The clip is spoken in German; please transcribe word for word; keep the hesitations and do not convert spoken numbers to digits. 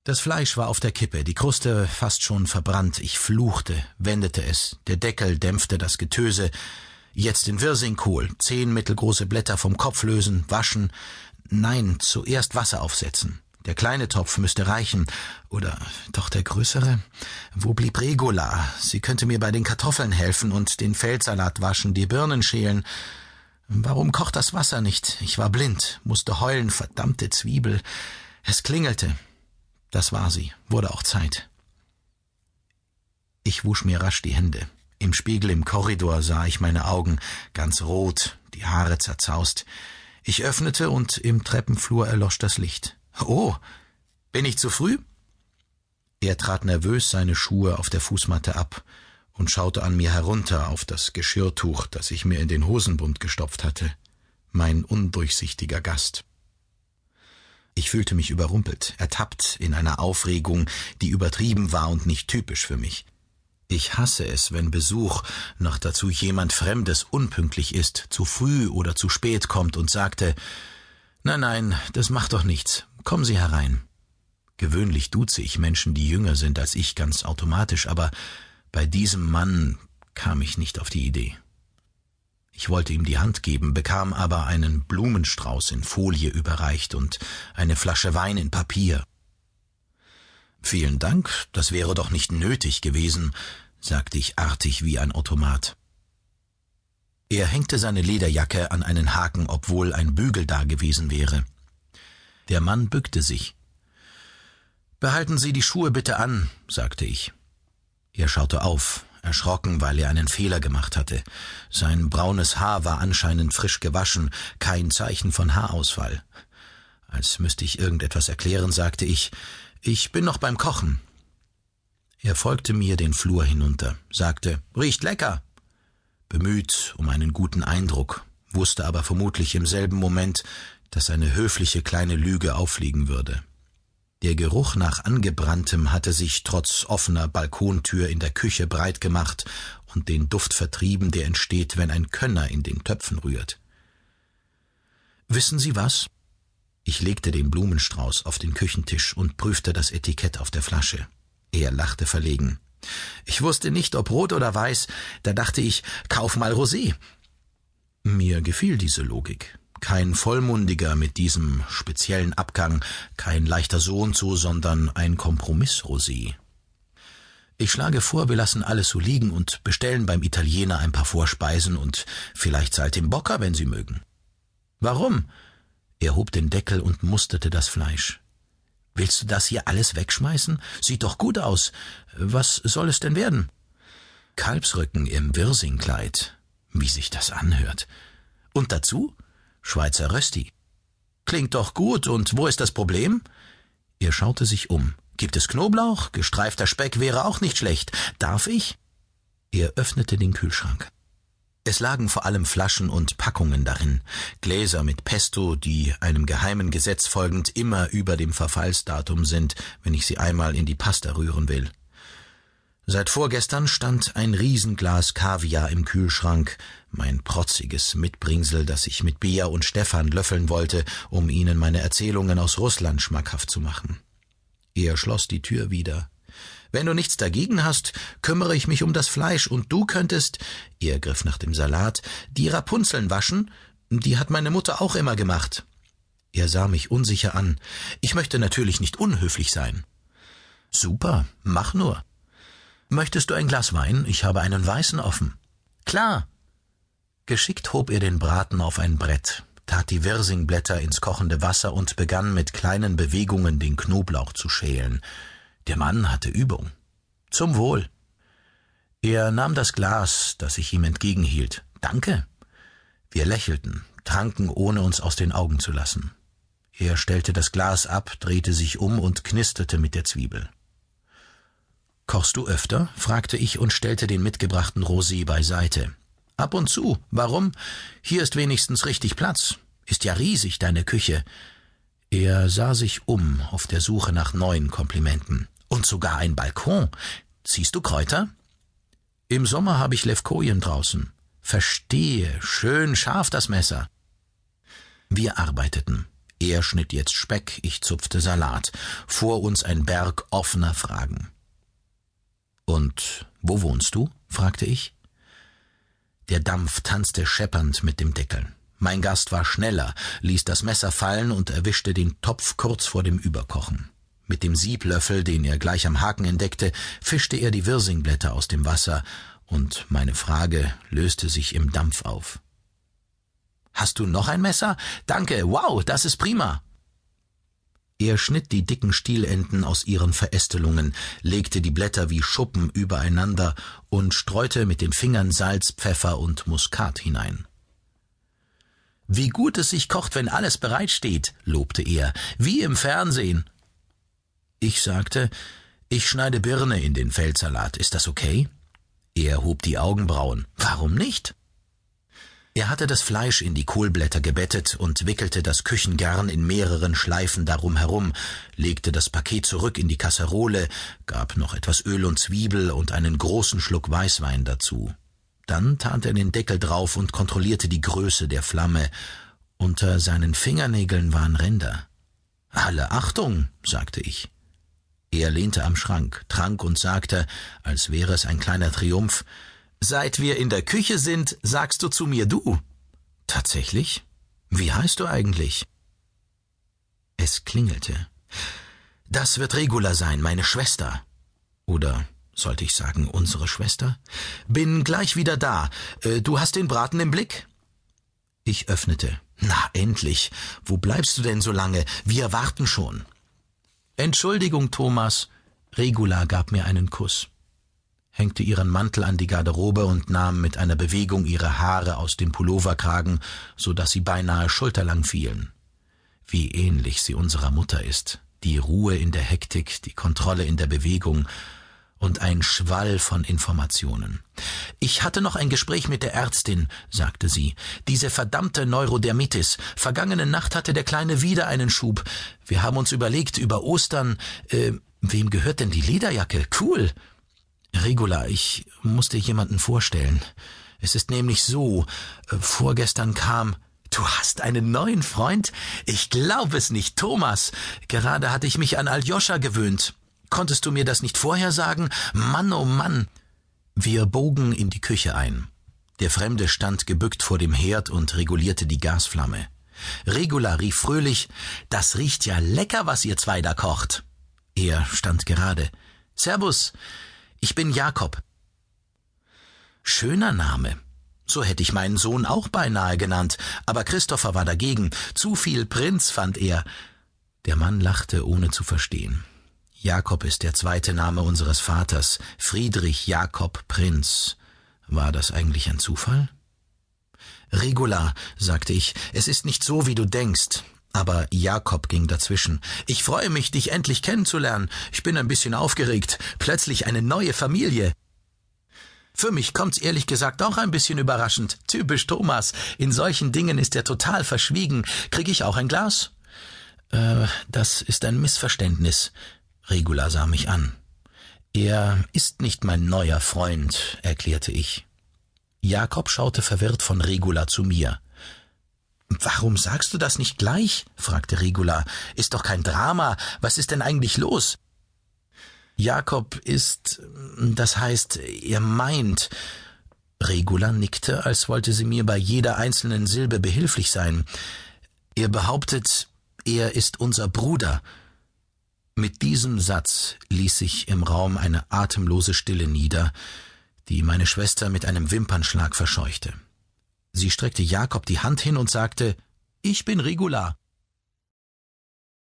Das Fleisch war auf der Kippe, die Kruste fast schon verbrannt. Ich fluchte, wendete es, der Deckel dämpfte das Getöse. Jetzt den Wirsingkohl, zehn mittelgroße Blätter vom Kopf lösen, waschen. Nein, zuerst Wasser aufsetzen. Der kleine Topf müsste reichen. Oder doch der größere? Wo blieb Regula? Sie könnte mir bei den Kartoffeln helfen und den Feldsalat waschen, die Birnen schälen. Warum kocht das Wasser nicht? Ich war blind, musste heulen, verdammte Zwiebel. Es klingelte. Das war sie, wurde auch Zeit. Ich wusch mir rasch die Hände. Im Spiegel im Korridor sah ich meine Augen, ganz rot, die Haare zerzaust. Ich öffnete und im Treppenflur erlosch das Licht. »Oh, bin ich zu früh?« Er trat nervös seine Schuhe auf der Fußmatte ab und schaute an mir herunter auf das Geschirrtuch, das ich mir in den Hosenbund gestopft hatte. Mein undurchsichtiger Gast. Ich fühlte mich überrumpelt, ertappt in einer Aufregung, die übertrieben war und nicht typisch für mich. Ich hasse es, wenn Besuch, noch dazu jemand Fremdes, unpünktlich ist, zu früh oder zu spät kommt und sagte, »Nein, nein, das macht doch nichts. Kommen Sie herein.« Gewöhnlich duze ich Menschen, die jünger sind als ich, ganz automatisch, aber bei diesem Mann kam ich nicht auf die Idee. Ich wollte ihm die Hand geben, bekam aber einen Blumenstrauß in Folie überreicht und eine Flasche Wein in Papier. »Vielen Dank, das wäre doch nicht nötig gewesen«, sagte ich artig wie ein Automat. Er hängte seine Lederjacke an einen Haken, obwohl ein Bügel da gewesen wäre. Der Mann bückte sich. »Behalten Sie die Schuhe bitte an«, sagte ich. Er schaute auf, erschrocken, weil er einen Fehler gemacht hatte. Sein braunes Haar war anscheinend frisch gewaschen, kein Zeichen von Haarausfall. Als müsste ich irgendetwas erklären, sagte ich, »Ich bin noch beim Kochen.« Er folgte mir den Flur hinunter, sagte, »Riecht lecker«, bemüht um einen guten Eindruck, wusste aber vermutlich im selben Moment, dass eine höfliche kleine Lüge auffliegen würde. Der Geruch nach Angebranntem hatte sich trotz offener Balkontür in der Küche breit gemacht und den Duft vertrieben, der entsteht, wenn ein Könner in den Töpfen rührt. »Wissen Sie was?« Ich legte den Blumenstrauß auf den Küchentisch und prüfte das Etikett auf der Flasche. Er lachte verlegen. »Ich wusste nicht, ob rot oder weiß, da dachte ich, kauf mal Rosé.« Mir gefiel diese Logik. Kein Vollmundiger mit diesem speziellen Abgang, kein leichter so und so, sondern ein Kompromiss-Rosé. Ich schlage vor, wir lassen alles so liegen und bestellen beim Italiener ein paar Vorspeisen und vielleicht Saltimbocca, wenn Sie mögen. »Warum?« Er hob den Deckel und musterte das Fleisch. »Willst du das hier alles wegschmeißen? Sieht doch gut aus. Was soll es denn werden?« »Kalbsrücken im Wirsingkleid. Wie sich das anhört. Und dazu Schweizer Rösti. Klingt doch gut, und wo ist das Problem?« Er schaute sich um. »Gibt es Knoblauch? Gestreifter Speck wäre auch nicht schlecht. Darf ich?« Er öffnete den Kühlschrank. Es lagen vor allem Flaschen und Packungen darin, Gläser mit Pesto, die einem geheimen Gesetz folgend immer über dem Verfallsdatum sind, wenn ich sie einmal in die Pasta rühren will. Seit vorgestern stand ein Riesenglas Kaviar im Kühlschrank, mein protziges Mitbringsel, das ich mit Bea und Stefan löffeln wollte, um ihnen meine Erzählungen aus Russland schmackhaft zu machen. Er schloss die Tür wieder. »Wenn du nichts dagegen hast, kümmere ich mich um das Fleisch, und du könntest«, er griff nach dem Salat, »die Rapunzeln waschen, die hat meine Mutter auch immer gemacht.« Er sah mich unsicher an. Ich möchte natürlich nicht unhöflich sein. »Super, mach nur.« »Möchtest du ein Glas Wein? Ich habe einen weißen offen.« »Klar.« Geschickt hob er den Braten auf ein Brett, tat die Wirsingblätter ins kochende Wasser und begann mit kleinen Bewegungen den Knoblauch zu schälen. Der Mann hatte Übung. »Zum Wohl.« Er nahm das Glas, das ich ihm entgegenhielt. »Danke.« Wir lächelten, tranken, ohne uns aus den Augen zu lassen. Er stellte das Glas ab, drehte sich um und knisterte mit der Zwiebel. »Kochst du öfter?« fragte ich und stellte den mitgebrachten Rosé beiseite. »Ab und zu. Warum? Hier ist wenigstens richtig Platz. Ist ja riesig, deine Küche.« Er sah sich um, auf der Suche nach neuen Komplimenten. »Und sogar ein Balkon. Ziehst du Kräuter?« »Im Sommer habe ich Levkojen draußen.« »Verstehe. Schön scharf das Messer.« Wir arbeiteten. Er schnitt jetzt Speck, ich zupfte Salat. Vor uns ein Berg offener Fragen. »Und wo wohnst du?« fragte ich. Der Dampf tanzte scheppernd mit dem Deckel. Mein Gast war schneller, ließ das Messer fallen und erwischte den Topf kurz vor dem Überkochen. Mit dem Sieblöffel, den er gleich am Haken entdeckte, fischte er die Wirsingblätter aus dem Wasser, und meine Frage löste sich im Dampf auf. »Hast du noch ein Messer? Danke, wow, das ist prima!« Er schnitt die dicken Stielenden aus ihren Verästelungen, legte die Blätter wie Schuppen übereinander und streute mit den Fingern Salz, Pfeffer und Muskat hinein. »Wie gut es sich kocht, wenn alles bereitsteht«, lobte er, »wie im Fernsehen.« Ich sagte, »Ich schneide Birne in den Feldsalat, ist das okay?« Er hob die Augenbrauen. »Warum nicht?« Er hatte das Fleisch in die Kohlblätter gebettet und wickelte das Küchengarn in mehreren Schleifen darum herum, legte das Paket zurück in die Kasserole, gab noch etwas Öl und Zwiebel und einen großen Schluck Weißwein dazu. Dann tat er den Deckel drauf und kontrollierte die Größe der Flamme. Unter seinen Fingernägeln waren Ränder. »Alle Achtung«, sagte ich. Er lehnte am Schrank, trank und sagte, als wäre es ein kleiner Triumph, »Seit wir in der Küche sind, sagst du zu mir du.« »Tatsächlich? Wie heißt du eigentlich?« Es klingelte. »Das wird Regula sein, meine Schwester.« Oder sollte ich sagen, unsere Schwester? »Bin gleich wieder da. Du hast den Braten im Blick?« Ich öffnete. »Na, endlich. Wo bleibst du denn so lange? Wir warten schon.« »Entschuldigung, Thomas.« Regula gab mir einen Kuss, hängte ihren Mantel an die Garderobe und nahm mit einer Bewegung ihre Haare aus dem Pulloverkragen, so dass sie beinahe schulterlang fielen. Wie ähnlich sie unserer Mutter ist. Die Ruhe in der Hektik, die Kontrolle in der Bewegung und ein Schwall von Informationen. »Ich hatte noch ein Gespräch mit der Ärztin«, sagte sie. »Diese verdammte Neurodermitis. Vergangene Nacht hatte der Kleine wieder einen Schub. Wir haben uns überlegt, über Ostern, äh, wem gehört denn die Lederjacke? Cool!« »Regula, ich muss dir jemanden vorstellen. Es ist nämlich so, äh, vorgestern kam...« »Du hast einen neuen Freund? Ich glaube es nicht, Thomas. Gerade hatte ich mich an Aljoscha gewöhnt. Konntest du mir das nicht vorher sagen? Mann, oh Mann!« Wir bogen in die Küche ein. Der Fremde stand gebückt vor dem Herd und regulierte die Gasflamme. Regula rief fröhlich, »Das riecht ja lecker, was ihr zwei da kocht.« Er stand gerade. »Servus, ich bin Jakob.« Schöner Name. So hätte ich meinen Sohn auch beinahe genannt, aber Christopher war dagegen. Zu viel Prinz, fand er. Der Mann lachte, ohne zu verstehen. Jakob ist der zweite Name unseres Vaters, Friedrich Jakob Prinz. War das eigentlich ein Zufall? »Regula«, sagte ich, »es ist nicht so, wie du denkst.« Aber Jakob ging dazwischen. »Ich freue mich, dich endlich kennenzulernen. Ich bin ein bisschen aufgeregt. Plötzlich eine neue Familie.« »Für mich kommt's ehrlich gesagt auch ein bisschen überraschend. Typisch Thomas. In solchen Dingen ist er total verschwiegen. Krieg ich auch ein Glas?« »Äh, das ist ein Missverständnis.« Regula sah mich an. »Er ist nicht mein neuer Freund«, erklärte ich. Jakob schaute verwirrt von Regula zu mir. »Warum sagst du das nicht gleich?« fragte Regula. »Ist doch kein Drama. Was ist denn eigentlich los?« »Jakob ist, das heißt, er meint...« Regula nickte, als wollte sie mir bei jeder einzelnen Silbe behilflich sein. »Er behauptet, er ist unser Bruder.« Mit diesem Satz ließ sich im Raum eine atemlose Stille nieder, die meine Schwester mit einem Wimpernschlag verscheuchte. Sie streckte Jakob die Hand hin und sagte, »Ich bin Regula.«